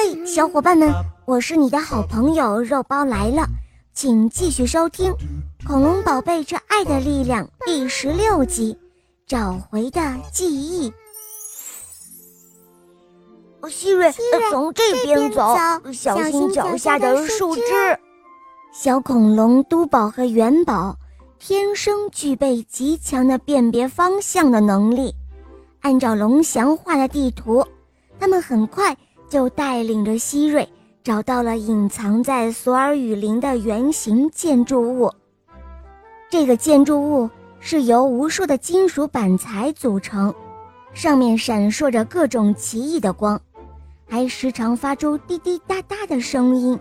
嘿，小伙伴们，我是你的好朋友肉包来了，请继续收听《恐龙宝贝之爱的力量》第16集，找回的记忆。 希瑞，从这边走，小心脚下的树枝。 小恐龙都宝和元宝天生具备极强的辨别方向的能力，按照龙翔画的地图，他们很快就带领着希瑞找到了隐藏在索尔雨林的圆形建筑物。这个建筑物是由无数的金属板材组成，上面闪烁着各种奇异的光，还时常发出滴滴答答的声音。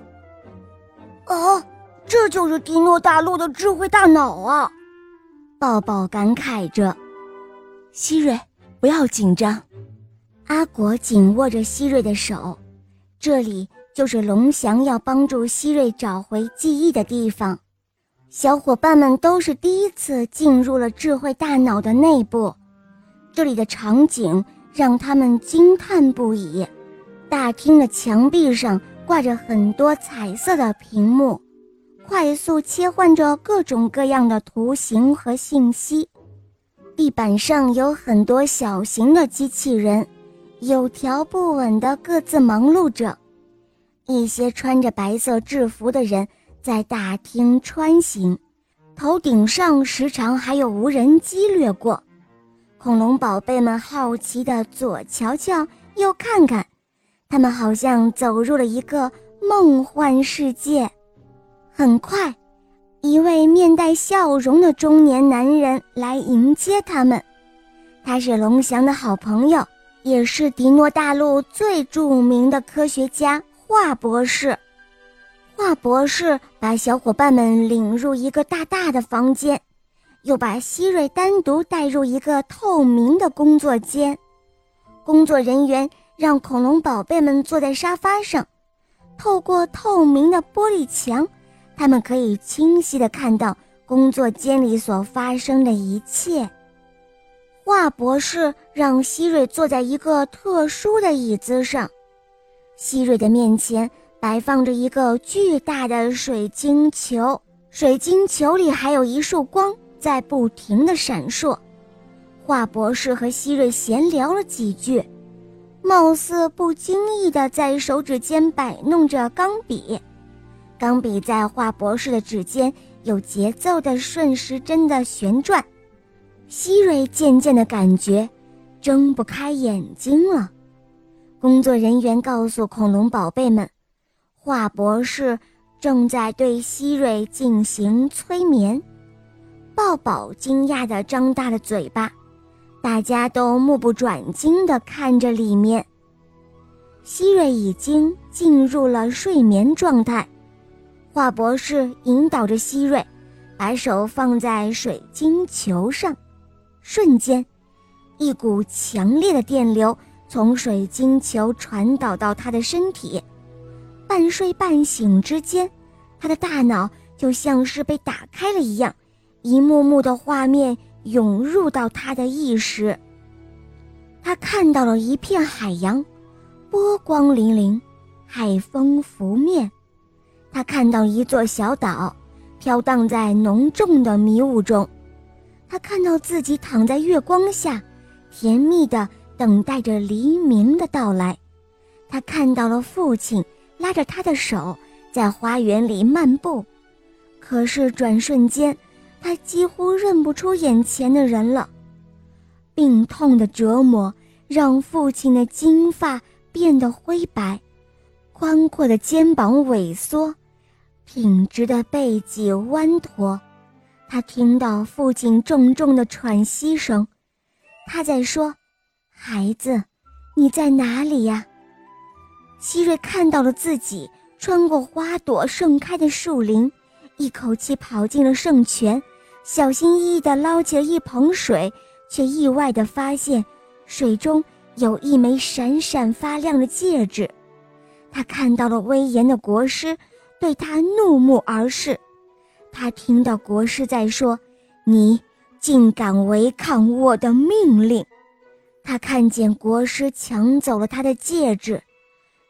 这就是迪诺大陆的智慧大脑啊！ 抱抱感慨着。 希瑞，不要紧张。 阿果紧握着希瑞的手，这里就是龙翔要帮助希瑞找回记忆的地方。小伙伴们都是第一次进入了智慧大脑的内部，这里的场景让他们惊叹不已。大厅的墙壁上挂着很多彩色的屏幕，快速切换着各种各样的图形和信息。地板上有很多小型的机器人，有条不紊地各自忙碌着。一些穿着白色制服的人在大厅穿行，头顶上时常还有无人机掠过。恐龙宝贝们好奇地左瞧瞧右看看，他们好像走入了一个梦幻世界。很快，一位面带笑容的中年男人来迎接他们。他是龙翔的好朋友，也是迪诺大陆最著名的科学家华博士。华博士把小伙伴们领入一个大大的房间，又把希瑞单独带入一个透明的工作间。工作人员让恐龙宝贝们坐在沙发上，透过透明的玻璃墙，他们可以清晰地看到工作间里所发生的一切。华博士让希瑞坐在一个特殊的椅子上，希瑞的面前摆放着一个巨大的水晶球，水晶球里还有一束光在不停地闪烁。华博士和希瑞闲聊了几句，貌似不经意地在手指间摆弄着钢笔，钢笔在华博士的指尖有节奏的顺时针的旋转。希瑞渐渐地感觉睁不开眼睛了。工作人员告诉恐龙宝贝们，华博士正在对希瑞进行催眠。抱抱惊讶地张大了嘴巴，大家都目不转睛地看着里面。希瑞已经进入了睡眠状态。华博士引导着希瑞，把手放在水晶球上，瞬间，一股强烈的电流从水晶球传导到他的身体。半睡半醒之间，他的大脑就像是被打开了一样，一幕幕的画面涌入到他的意识。他看到了一片海洋，波光粼粼，海风拂面。他看到一座小岛，飘荡在浓重的迷雾中。他看到自己躺在月光下，甜蜜地等待着黎明的到来。他看到了父亲拉着他的手在花园里漫步，可是转瞬间，他几乎认不出眼前的人了。病痛的折磨让父亲的金发变得灰白，宽阔的肩膀萎缩，挺直的背脊弯驼。他听到父亲重重的喘息声，他在说：“孩子，你在哪里呀？”希瑞看到了自己穿过花朵盛开的树林，一口气跑进了圣泉，小心翼翼地捞起了一盆水，却意外地发现水中有一枚闪闪发亮的戒指。他看到了威严的国师对他怒目而视，他听到国师在说：“你竟敢违抗我的命令！”他看见国师抢走了他的戒指，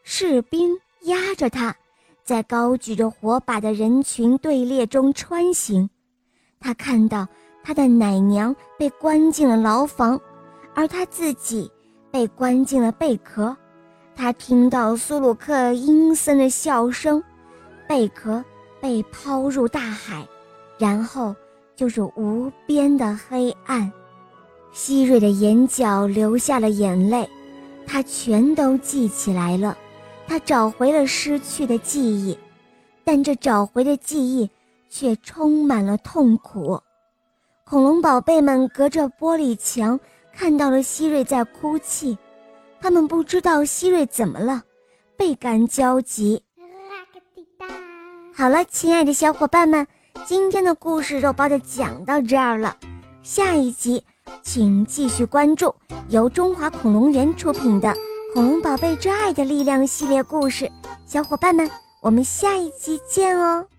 士兵压着他，在高举着火把的人群队列中穿行。他看到他的奶娘被关进了牢房，而他自己被关进了贝壳。他听到苏鲁克阴森的笑声，贝壳被抛入大海，然后就是无边的黑暗。希瑞的眼角流下了眼泪，他全都记起来了。他找回了失去的记忆，但这找回的记忆却充满了痛苦。恐龙宝贝们隔着玻璃墙看到了希瑞在哭泣，他们不知道希瑞怎么了，倍感焦急。好了，亲爱的小伙伴们，今天的故事肉包就讲到这儿了。下一集请继续关注由中华恐龙园出品的《恐龙宝贝之爱的力量》系列故事。小伙伴们，我们下一集见哦。